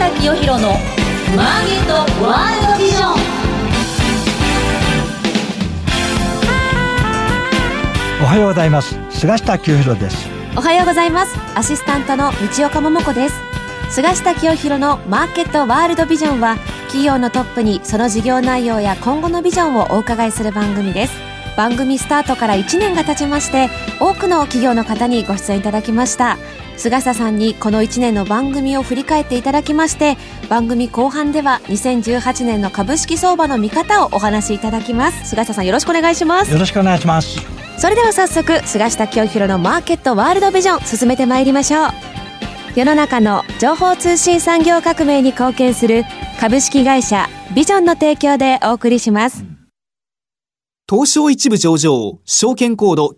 下清弘のマーケットワールドビジョン。 おはようございます。菅下清弘です。 おはようございます。アシスタントの道岡桃子です。菅下清弘のマーケットワールドビジョンは、企業のトップにその事業内容や今後のビジョンをお伺いする番組です。番組スタートから1年が経ちまして、多くの企業の方にご出演いただきました。菅下さんにこの1年の番組を振り返っていただきまして、番組後半では2018年の株式相場の見方をお話しいただきます。菅下さん、よろしくお願いします。 よろしくお願いします。 それでは早速、菅下清弘のマーケットワールドビジョン進めてまいりましょう。世の中の情報通信産業革命に貢献する株式会社ビジョンの提供でお送りします。 東証一部上場、証券コード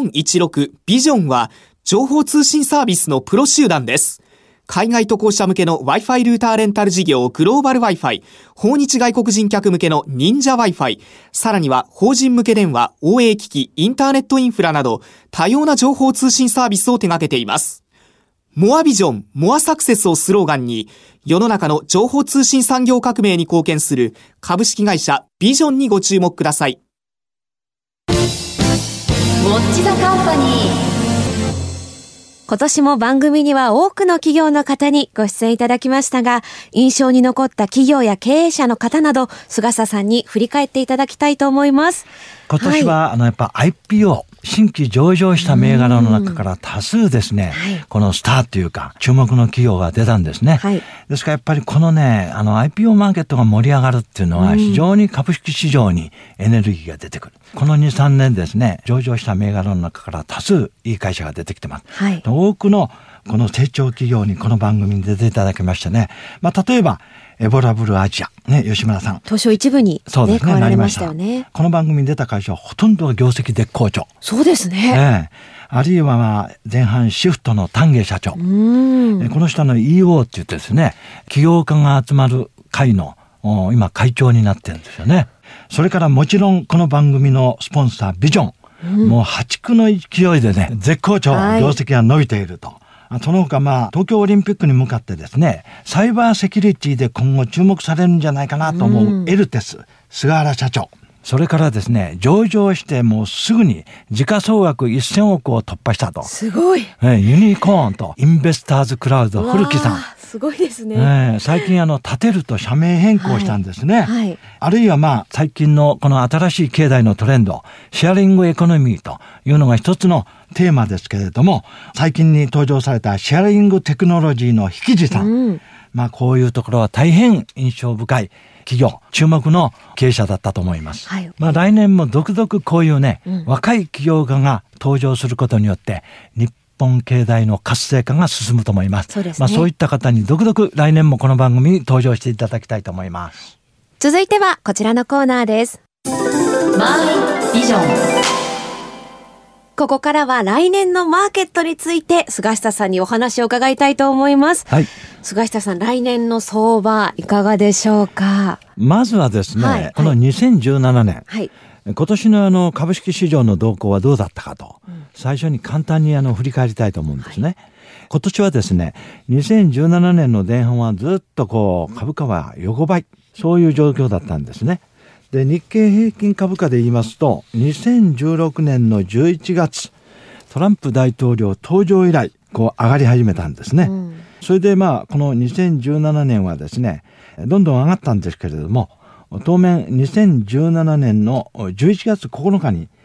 9416ビジョンは、情報通信サービスのプロ集団です。海外渡航者向けの Wi-Fi ルーターレンタル事業グローバル Wi-Fi、訪日外国人客向けの忍者 Wi-Fi、さらには法人向け電話、OA 機器、インターネットインフラなど、多様な情報通信サービスを手掛けています。モアビジョン、モアサクセスをスローガンに、世の中の情報通信産業革命に貢献する株式会社ビジョンにご注目ください。 ウォッチザカンパニー。 今年も番組には多くの企業の方にご出演いただきましたが、印象に残った企業や経営者の方など、菅下さんに振り返っていただきたいと思います。 今年は、やっぱ IPO、新規上場した銘柄の中から多数ですね、このスターというか注目の企業が出たんですね。ですからやっぱりこのね、IPO マーケットが盛り上がるっていうのは、非常に株式市場にエネルギーが出てくる。この 2,3 年ですね、上場した銘柄の中から多数いい会社が出てきてます。多くのこの成長企業にこの番組に出ていただきましてね、例えばエボラブルアジア、吉村さん。 東証一部に、変わられましたよね。 この番組に出た会社はほとんどが業績絶好調。 そうですね。 あるいは前半シフトの丹下社長。この人の EO って言ってですね、起業家が集まる会の今会長になってるんですよね。それからもちろんこの番組のスポンサービジョン。もう破竹の勢いでね、絶好調、業績が伸びていると。その他東京オリンピックに向かってですね、サイバーセキュリティで今後注目されるんじゃないかなと思うエルテス、菅原社長。それからですね、上場してもうすぐに時価総額1000億を突破したと。 すごい。 ユニコーンとインベスターズクラウド古木さん。 すごいですね。 最近立てると社名変更したんですね。あるいは最近のこの新しい経済のトレンド、シェアリングエコノミーというのが一つのテーマですけれども、最近に登場されたシェアリングテクノロジーの引地さん。こういうところは大変印象深い企業、注目の経営者だったと思います。来年も続々こういうね、若い起業家が登場することによって日本経済の活性化が進むと思います。そういった方に続々来年もこの番組に登場していただきたいと思います。 続いてはこちらのコーナーです。 マイビジョン。 ここからは来年のマーケットについて菅下さんにお話を伺いたいと思います。菅下さん、来年の相場いかがでしょうか。 まずはですね、この2017年、今年の株式市場の動向はどうだったかと、最初に簡単に振り返りたいと思うんですね。今年はですね、2017年の前半はずっと株価は横ばい、そういう状況だったんですね。で、日経平均株価で言いますと、2016年の11月、トランプ大統領登場以来、上がり始めたんですね。それでこの2017年はですね、どんどん上がったんですけれども、当面2017年の11月9日に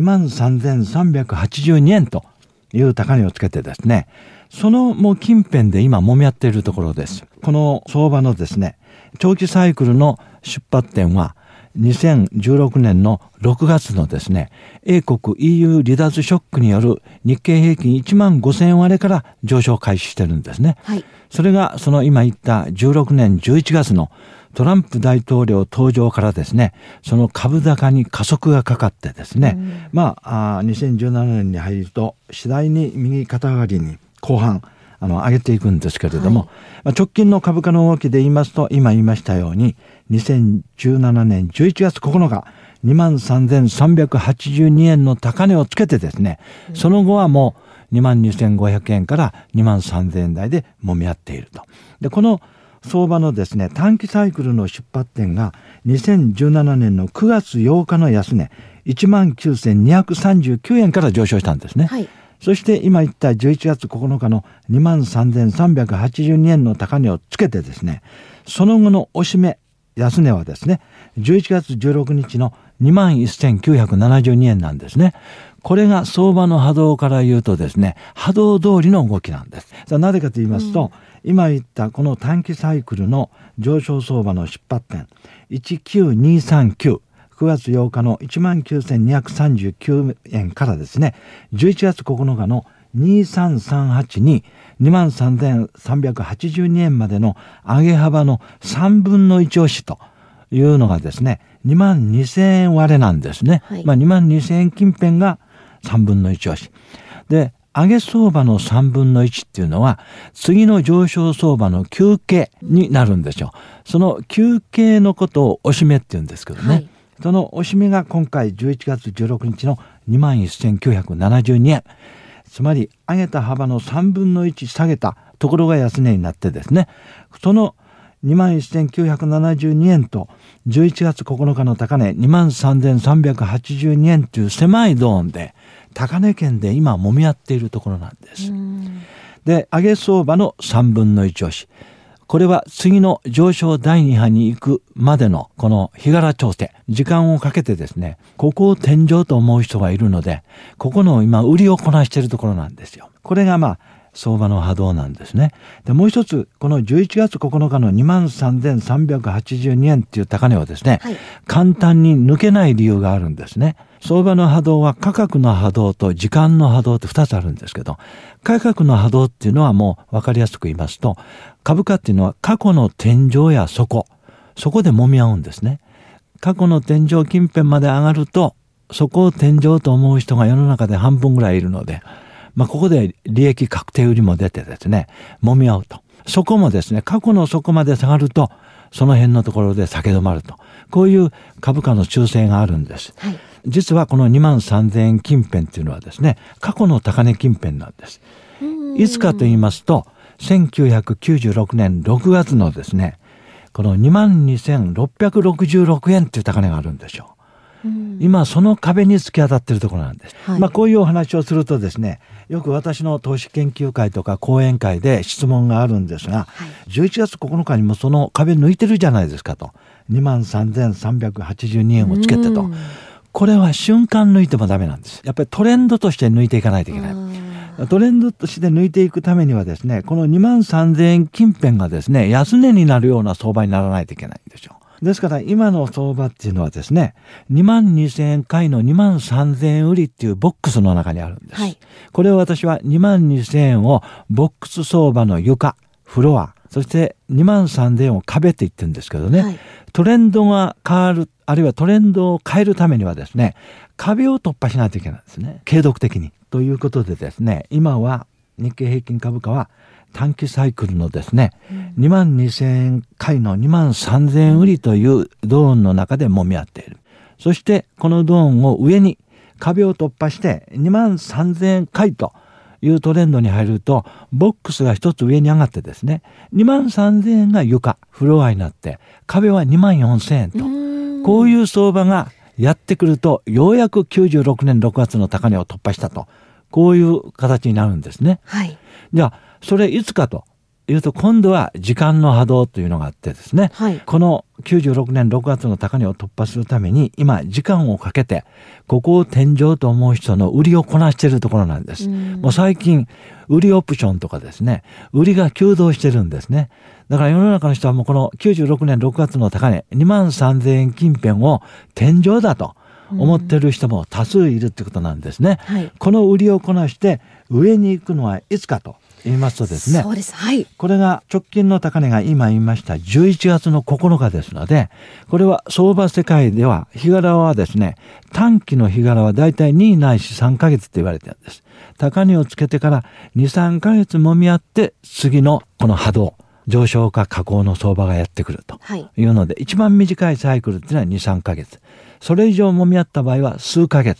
23,382 円という高値をつけてですね、その近辺で今揉み合っているところです。この相場のですね、長期サイクルの出発点は2016年の6月のですね、英国 EU 離脱ショックによる日経平均15,000割れから上昇開始してるんですね。それがその今言った16年11月のトランプ大統領登場からですね、その株高に加速がかかってですね、2017年に入ると次第に右肩上がりに後半上げていくんですけれども、直近の株価の動きで言いますと、今言いましたように2017年11月9日 23,382 円の高値をつけてですね、その後はもう 22,500 円から 23,000 円台で揉み合っていると。で、この相場のですね、短期サイクルの出発点が2017年の9月8日の安値、19,239 円から上昇したんですね。 はい。 そして今言った11月9日の 23,382 円の高値をつけてですね、その後のおしめ安値はですね、11月16日の 21,972 円なんですね。これが相場の波動から言うとですね、波動通りの動きなんです。なぜかと言いますと、今言ったこの短期サイクルの上昇相場の出発点、19239、9月8日の 19,239 円からですね、11月9日の2338に 23,382 円までの上げ幅の3分の1押しというのがですね、22,000 円割れなんですね。 はい。 22,000 円近辺が3分の1押し。で、上げ相場の3分の1っていうのは、次の上昇相場の休憩になるんですよ。その休憩のことをおしめって言うんですけどね。 はい。 そのおしめが今回11月16日の 21,972 円。つまり上げた幅の3分の1下げたところが安値になってですね、その 21,972 円と11月9日の高値 23,382 円という狭いゾーンで高値圏で今揉み合っているところなんです。で、上げ相場の3分の1押し。これは次の上昇第2波に行くまでのこの日柄調整、時間をかけてですね、ここを天井と思う人がいるので、ここの今売りをこなしているところなんですよ。これが相場の波動なんですね。で、もう一つ、この11月9日の 23,382 円っていう高値はですね、 はい、 簡単に抜けない理由があるんですね。相場の波動は価格の波動と時間の波動って2つあるんですけど、価格の波動っていうのはもう分かりやすく言いますと、株価っていうのは過去の天井やそこで揉み合うんですね。過去の天井近辺まで上がると、そこを天井と思う人が世の中で半分ぐらいいるので、ここで利益確定売りも出てですね、揉み合うと。そこもですね、過去の底まで下がると、その辺のところで下げ止まると。こういう株価の修正があるんです。 はい、 実はこの 23,000 円近辺っていうのはですね、過去の高値近辺なんです。いつかと言いますと、1996年6月のですね、この 22,666 円っていう高値があるんですよ。今その壁に突き当たっているところなんです。はい、こういうお話をするとですね、よく私の投資研究会とか講演会で質問があるんですが、はい、11月9日にもその壁抜いてるじゃないですかと。23,382 円をつけてと。これは瞬間抜いてもダメなんです。やっぱりトレンドとして抜いていかないといけない。トレンドとして抜いていくためにはですね、この 23,000 円近辺がですね、安値になるような相場にならないといけないんですよ。ですから今の相場っていうのはですね、22,000 円買いの 23,000 円売りっていうボックスの中にあるんです。はい、これを私は 22,000 円をボックス相場の床、フロア、そして 23,000 円を壁って言ってるんですけどね、はい、トレンドが変わる、あるいはトレンドを変えるためにはですね、壁を突破しないといけないんですね。継続的に。ということでですね、今は日経平均株価は短期サイクルのですね、22,000 円買いの 23,000 円売りというゾーンの中で揉み合っている。そしてこのゾーンを上に壁を突破して 23,000 円買いというトレンドに入ると、ボックスが一つ上に上がってですね、23,000 円が床、フロアになって、壁は 24,000 円と。こういう相場がやってくると、ようやく96年6月の高値を突破したと。こういう形になるんですね。はい。じゃあ、それいつかというと、今度は時間の波動というのがあってですね、はい、この96年6月の高値を突破するために、今時間をかけて、ここを天井と思う人の売りをこなしているところなんです。もう最近、売りオプションとかですね、売りが急増してるんですね。だから世の中の人はもうこの96年6月の高値、23,000 円近辺を天井だと思ってる人も多数いるってことなんですね。はい、この売りをこなして上に行くのはいつかと言いますとですね。 そうです。はい。 これが直近の高値が今言いました11月の9日ですので、これは相場世界では日柄はですね、短期の日柄はだいたい2ないし3ヶ月と言われているんです。高値をつけてから2、3ヶ月揉み合って次のこの波動、上昇か下降の相場がやってくるというので、一番短いサイクルっていうのは2、3ヶ月。それ以上揉み合った場合は数ヶ月、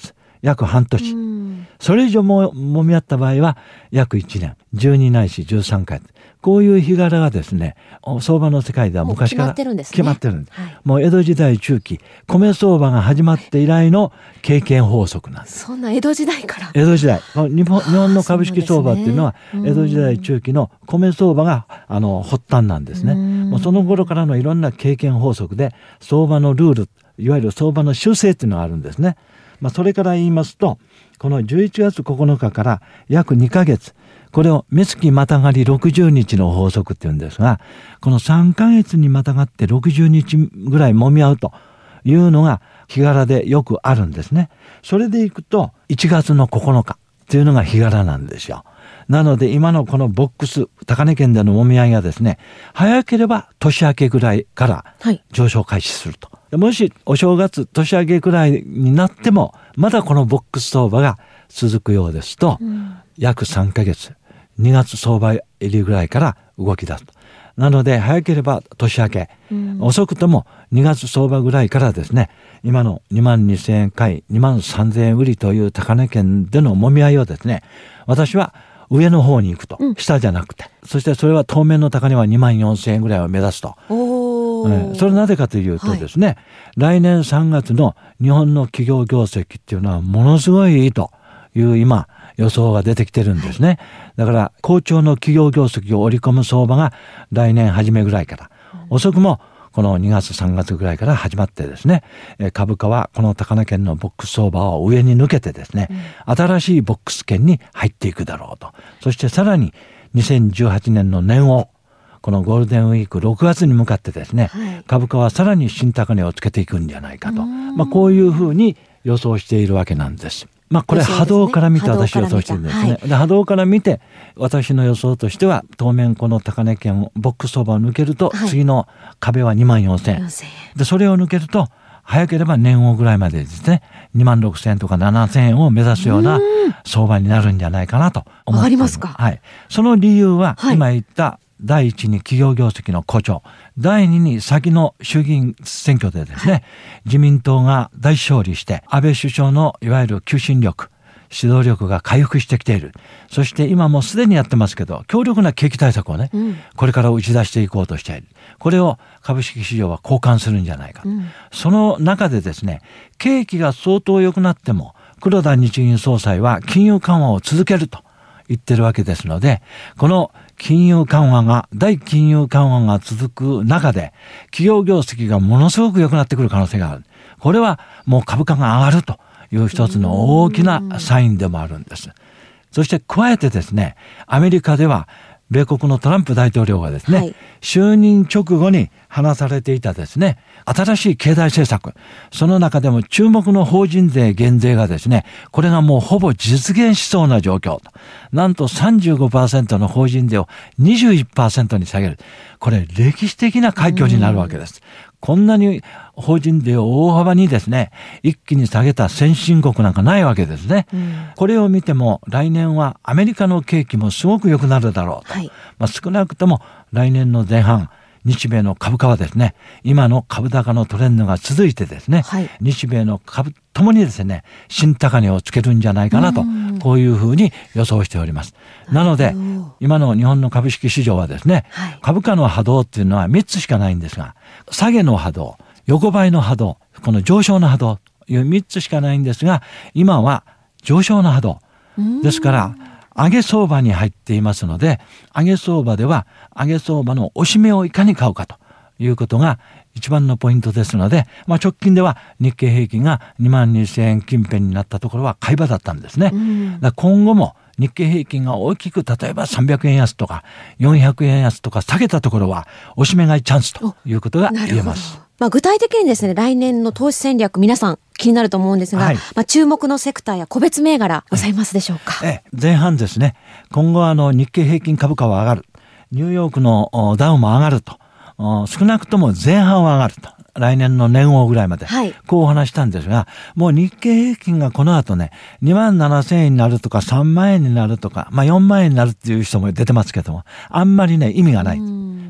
約半年。それ以上も揉み合った場合は約1年、12ないし13ヶ月。こういう日柄がですね、相場の世界では昔から決まってるんです。もう江戸時代中期、米相場が始まって以来の経験法則なんです。 そんな江戸時代から。 江戸時代。日本の株式相場っていうのは、江戸時代中期の米相場が発端なんですね。もうその頃からのいろんな経験法則で、相場のルール、いわゆる相場の修正っていうのがあるんですね。それから言いますと、この11月9日から約2ヶ月、これを目月またがり60日の法則っていうんですが、この3ヶ月にまたがって60日ぐらい揉み合うというのが日柄でよくあるんですね。それでいくと1月の9日っていうのが日柄なんですよ。なので今のこのボックス、高値圏での揉み合いがですね、早ければ年明けぐらいから上昇開始すると。もしお正月、年明けぐらいになっても、まだこのボックス相場が続くようですと、約3ヶ月、2月相場入りぐらいから動き出すと。なので早ければ年明け、遅くとも2月相場ぐらいからですね、今の22,000円買い、23,000円売りという高値圏での揉み合いをですね、私は上の方に行くと、下じゃなくて、そしてそれは当面の高値は24,000円ぐらいを目指すと。それなぜかというとですね、来年3月の日本の企業業績っていうのはものすごいいいという今予想が出てきてるんですね。だから好調の企業業績を織り込む相場が来年初めぐらいから、遅くもこの2月3月ぐらいから始まってですね、株価はこの高値圏のボックス相場を上に抜けてですね、新しいボックス圏に入っていくだろうと。そしてさらに2018年の年をこのゴールデンウィーク6月に向かってですね、株価はさらに新高値をつけていくんじゃないかと、こういうふうに予想しているわけなんです。これ波動から見て私予想してるんですね。で波動から見て私の予想としては、当面この高値圏ボックス相場を抜けると、次の壁は24,000円で、それを抜けると早ければ年後ぐらいまでですね、26,000円とか7,000円を目指すような相場になるんじゃないかなと思っています。その理由は、今言った第一に企業業績の好調、第二に先の衆議院選挙でですね、自民党が大勝利して安倍首相のいわゆる求心力、指導力が回復してきている。そして今もすでにやってますけど、強力な景気対策をね、これから打ち出していこうとしている。これを株式市場は交換するんじゃないか。その中でですね、景気が相当良くなっても黒田日銀総裁は金融緩和を続けると言ってるわけですので、この大金融緩和が続く中で、企業業績がものすごく良くなってくる可能性がある。これはもう株価が上がるという一つの大きなサインでもあるんです。そして加えてですね、アメリカでは米国のトランプ大統領がですね、就任直後に話されていたですね、新しい経済政策、その中でも注目の法人税減税がですね、これがもうほぼ実現しそうな状況と。なんと 35% の法人税を 21% に下げる。これ歴史的な快挙になるわけです。こんなに法人税を大幅にですね、一気に下げた先進国なんかないわけですね。これを見ても来年はアメリカの景気もすごく良くなるだろうと。少なくとも来年の前半、日米の株価はですね、今の株高のトレンドが続いてですね、日米の株ともにですね、新高値をつけるんじゃないかなと、こういうふうに予想しております。なので、今の日本の株式市場はですね、株価の波動っていうのは3つしかないんですが、下げの波動、横ばいの波動、この上昇の波動という3つしかないんですが、今は上昇の波動ですから、上げ相場に入っていますので、上げ相場では上げ相場の押し目をいかに買うかということが一番のポイントですので、直近では日経平均が 22,000 円近辺になったところは買い場だったんですね。だから今後も日経平均が大きく例えば300円安とか400円安とか下げたところは押し目買いチャンスということが言えます。 具体的にですね、来年の投資戦略、皆さん気になると思うんですが、注目のセクターや個別銘柄ございますでしょうか。 前半ですね、今後は日経平均株価は上がる、ニューヨークのダウも上がると、少なくとも前半は上がると、来年の年後ぐらいまで、こうお話したんですが、もう日経平均がこの後ね、27,000円になるとか3万円になるとか、4万円になるっていう人も出てますけども、あんまりね、意味がない。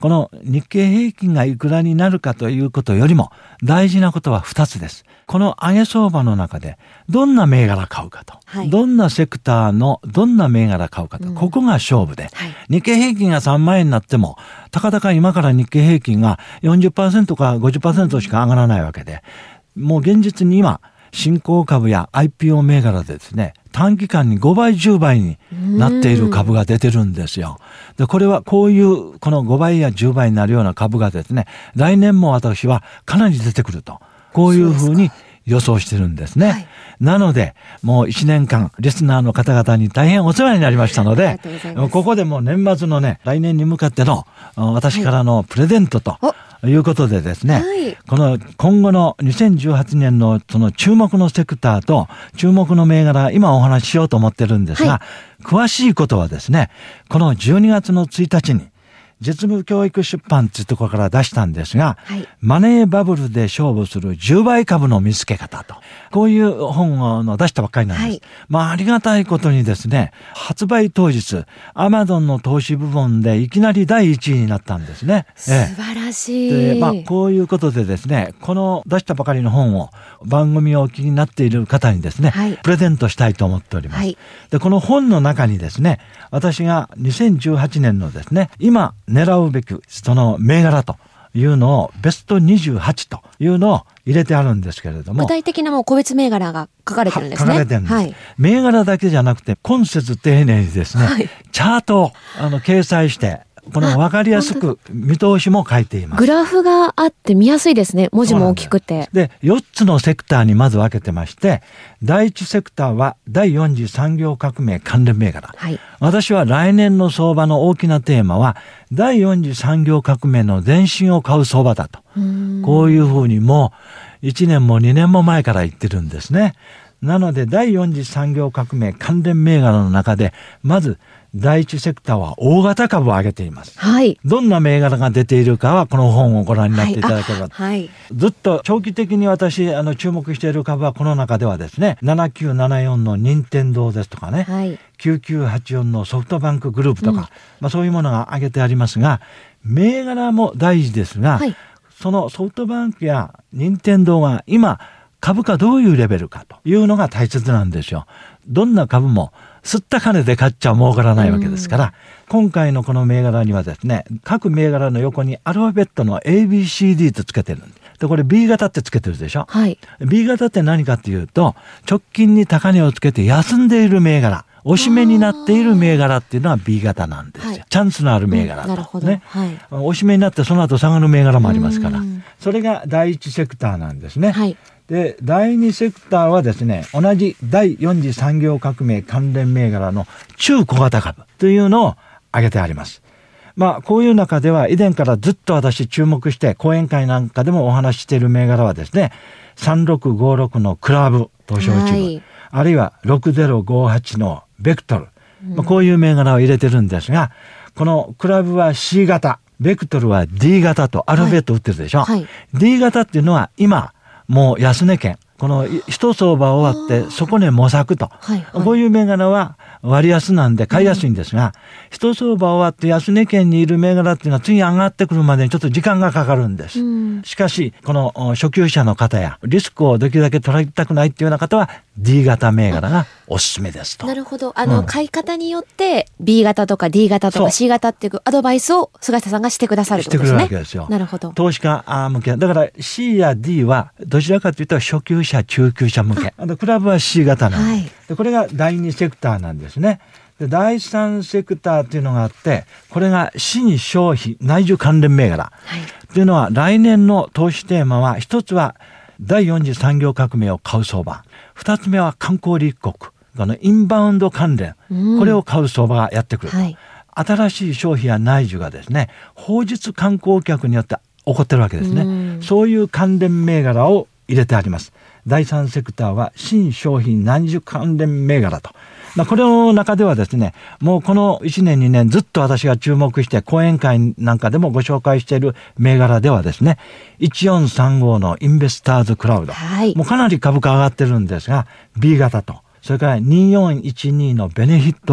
この日経平均がいくらになるかということよりも大事なことは2つです。この上げ相場の中でどんな銘柄買うかと、どんなセクターのどんな銘柄買うかと、ここが勝負で、日経平均が3万円になってもたかだか今から日経平均が 40% か 50% しか上がらないわけで、もう現実に今新興株や IPO 銘柄でですね、短期間に5倍10倍になっている株が出てるんですよ。でこれはこういうこの5倍や10倍になるような株がですね、来年も私はかなり出てくると、こういうふうに予想してるんですね。なのでもう1年間リスナーの方々に大変お世話になりましたので、ここでもう年末のね、来年に向かっての私からのプレゼントということでですね、この今後の2018年のその注目のセクターと注目の銘柄、今お話ししようと思ってるんですが、詳しいことはですね、この12月の1日に実務教育出版というところから出したんですが、マネーバブルで勝負する10倍株の見つけ方と、こういう本を出したばっかりなんです。ありがたいことにですね、発売当日アマゾンの投資部門でいきなり第1位になったんですね。 素晴らしい。 でこういうことでですね、この出したばかりの本を番組をお聞きになっている方にですね、プレゼントしたいと思っております。でこの本の中にですね、私が2018年のですね、今狙うべきその銘柄というのをベスト28というのを入れてあるんですけれども、 具体的なもう個別銘柄が書かれてるんですね。 書かれてるんです。銘柄だけじゃなくて今節丁寧にですね、チャートを掲載して、この分かりやすく見通しも書いています。 グラフがあって見やすいですね。文字も大きくて。 で、4つのセクターにまず分けてまして、第1セクターは第4次産業革命関連銘柄。私は来年の相場の大きなテーマは第4次産業革命の前進を買う相場だと。こういうふうにもう1年も2年も前から言ってるんですね。なので第4次産業革命関連銘柄の中でまず第一セクターは大型株を挙げています。どんな銘柄が出ているかはこの本をご覧になっていただければ、ずっと長期的に私注目している株はこの中ではですね、7974の任天堂ですとかね、9984のソフトバンクグループとか、そういうものが挙げてありますが、銘柄も大事ですが、そのソフトバンクや任天堂が今株価どういうレベルかというのが大切なんですよ。どんな株も吸った金で買っちゃ儲からないわけですから、今回のこの銘柄にはですね、各銘柄の横にアルファベットの ABCD とつけてるんです。でこれ B 型ってつけてるでしょ。B 型って何かっていうと、直近に高値をつけて休んでいる銘柄、おしめになっている銘柄っていうのは B 型なんですよ。チャンスのある銘柄と、ね、おしめになってその後下がる銘柄もありますから、それが第一セクターなんですね。で第2セクターはですね、同じ第4次産業革命関連銘柄の中小型株というのを挙げてあります。こういう中では以前からずっと私注目して講演会なんかでもお話ししている銘柄はですね、3656のクラブ東証一部、あるいは6058のベクトル、こういう銘柄を入れてるんですが、このクラブは C 型、ベクトルは D 型とアルファベット打ってるでしょ。D 型っていうのは今もう安値圏、この一相場終わってそこで模索と、こういう銘柄は割安なんで買いやすいんですが、一相場終わって安値圏にいる銘柄っていうのは次上がってくるまでにちょっと時間がかかるんです。しかしこの初級者の方やリスクをできるだけ取りたくないっていうような方は D 型銘柄がおすすめですと。 なるほど。買い方によって B 型とか D 型とか C 型っていうアドバイスを菅下さんがしてくださるってことですね。 してくるわけですよ。 なるほど。 投資家向けだから C や D はどちらかというと初級者中級者向け、クラブは C 型なんで、これが第2セクターなんですね。で第3セクターっていうのがあって、これが新消費内需関連銘柄、っていうのは来年の投資テーマは、一つは第4次産業革命を買う相場、二つ目は観光立国、インバウンド関連、これを買う相場がやってくると、新しい消費や内需がですね、放出観光客によって起こってるわけですね。そういう関連銘柄を入れてあります。第3セクターは新商品内需関連銘柄と。これの中ではですね、もうこの1年2年ずっと私が注目して講演会なんかでもご紹介している銘柄ではですね、1435のインベスターズクラウド、もうかなり株価上がってるんですが B 型と、それから2412のベネフィットワン、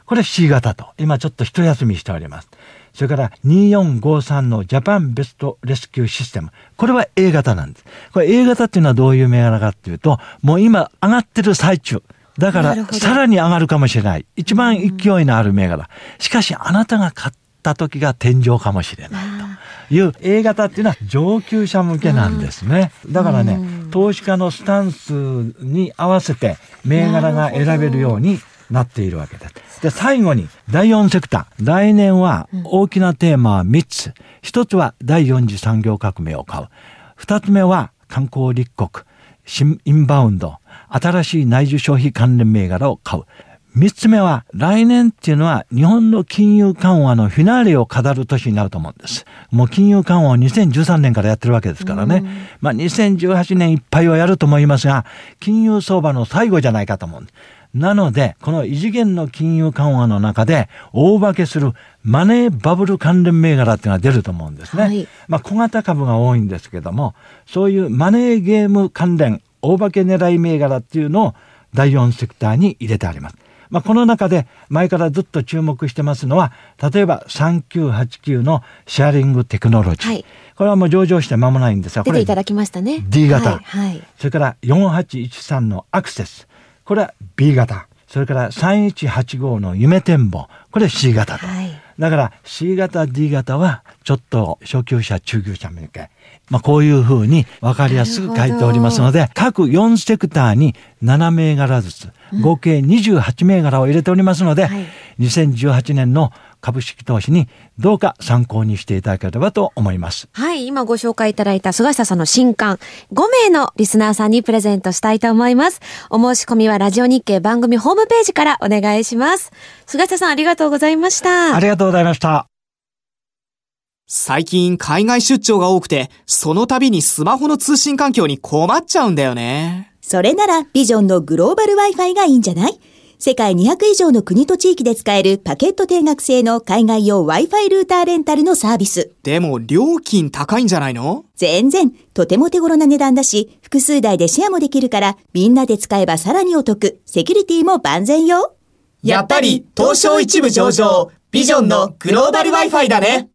これ C 型と今ちょっと一休みしております。それから2453のジャパンベストレスキューシステム、これは A 型なんです。これ A 型っていうのはどういう銘柄かっていうと、もう今上がってる最中だからさらに上がるかもしれない、一番勢いのある銘柄。しかしあなたが買った時が天井かもしれないという A 型っていうのは上級者向けなんですね。だからね、投資家のスタンスに合わせて銘柄が選べるようになっているわけです。で、最後に第4セクター。来年は大きなテーマは3つ。1つは第4次産業革命を買う。2つ目は観光立国、新インバウンド、新しい内需消費関連銘柄を買う。3つ目は来年っていうのは日本の金融緩和のフィナーレを飾る年になると思うんです。もう金融緩和を2013年からやってるわけですからね。2018年いっぱいはやると思いますが、金融相場の最後じゃないかと思うんです。なので、この異次元の金融緩和の中で大化けするマネーバブル関連銘柄っていうのが出ると思うんですね。はい、小型株が多いんですけども、そういうマネーゲーム関連、大化け狙い銘柄っていうのを第4セクターに入れてあります。この中で前からずっと注目してますのは、例えば3989のシェアリングテクノロジー。はい、これはもう上場して間もないんですが、これ出ていただきましたね。 D 型。 はい。 それから4813のアクセス。これは B 型。それから3185の夢展望。これは C 型と。はい、だから C 型 D 型はちょっと初級者中級者向け。こういうふうに分かりやすく書いておりますので、各4セクターに7銘柄ずつ合計28銘柄を入れておりますので、2018年の株式投資にどうか参考にしていただければと思います。 はい、今ご紹介いただいた菅下さんの新刊5名のリスナーさんにプレゼントしたいと思います。お申し込みはラジオ日経番組ホームページからお願いします。菅下さん、ありがとうございました。 ありがとうございました。 最近海外出張が多くて、その度にスマホの通信環境に困っちゃうんだよね。 それならビジョンのグローバル Wi-Fi がいいんじゃない？世界200以上の国と地域で使えるパケット定額制の海外用 Wi-Fi ルーターレンタルのサービス。 でも料金高いんじゃないの？ 全然、とても手頃な値段だし、複数台でシェアもできるから、みんなで使えばさらにお得。セキュリティも万全よ。 やっぱり東証一部上場、ビジョンのグローバル Wi-Fi だね。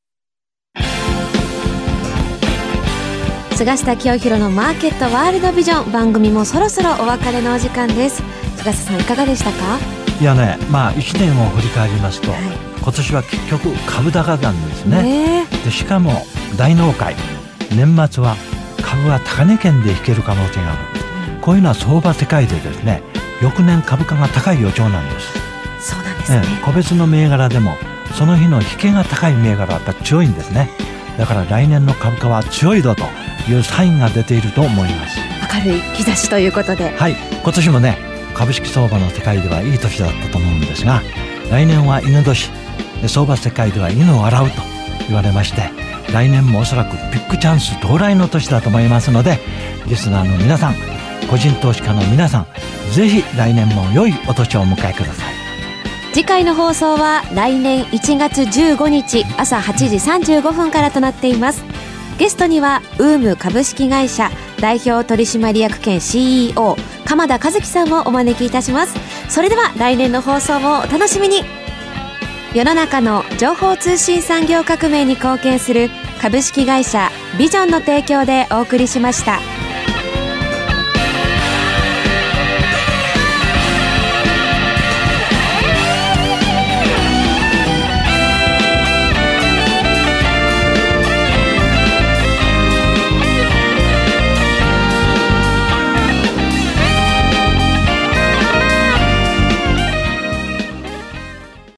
菅下清弘のマーケットワールドビジョン、番組もそろそろお別れのお時間です。菅下さん、いかがでしたか？ いやね、1年を振り返りますと、今年は結局株高なんですね。でしかも大納会、年末は株は高値圏で引ける可能性がある。こういうのは相場世界でですね、翌年株価が高い予兆なんです。 そうなんですね。 個別の銘柄でもその日の引けが高い銘柄はやっぱ強いんですね。だから来年の株価は強いぞというサインが出ていると思います。 明るい兆しということで、 はい、今年もね、株式相場の世界ではいい年だったと思うんですが、来年は犬年で、相場世界では犬を洗うと言われまして、来年もおそらくビッグチャンス到来の年だと思いますので、リスナーの皆さん、個人投資家の皆さん、ぜひ来年も良いお年をお迎えください。 次回の放送は来年1月15日朝8時35分からとなっています。ゲストにはウーム株式会社代表取締役兼 CEO 鎌田和樹さんをお招きいたします。それでは来年の放送もお楽しみに。世の中の情報通信産業革命に貢献する株式会社ビジョンの提供でお送りしました。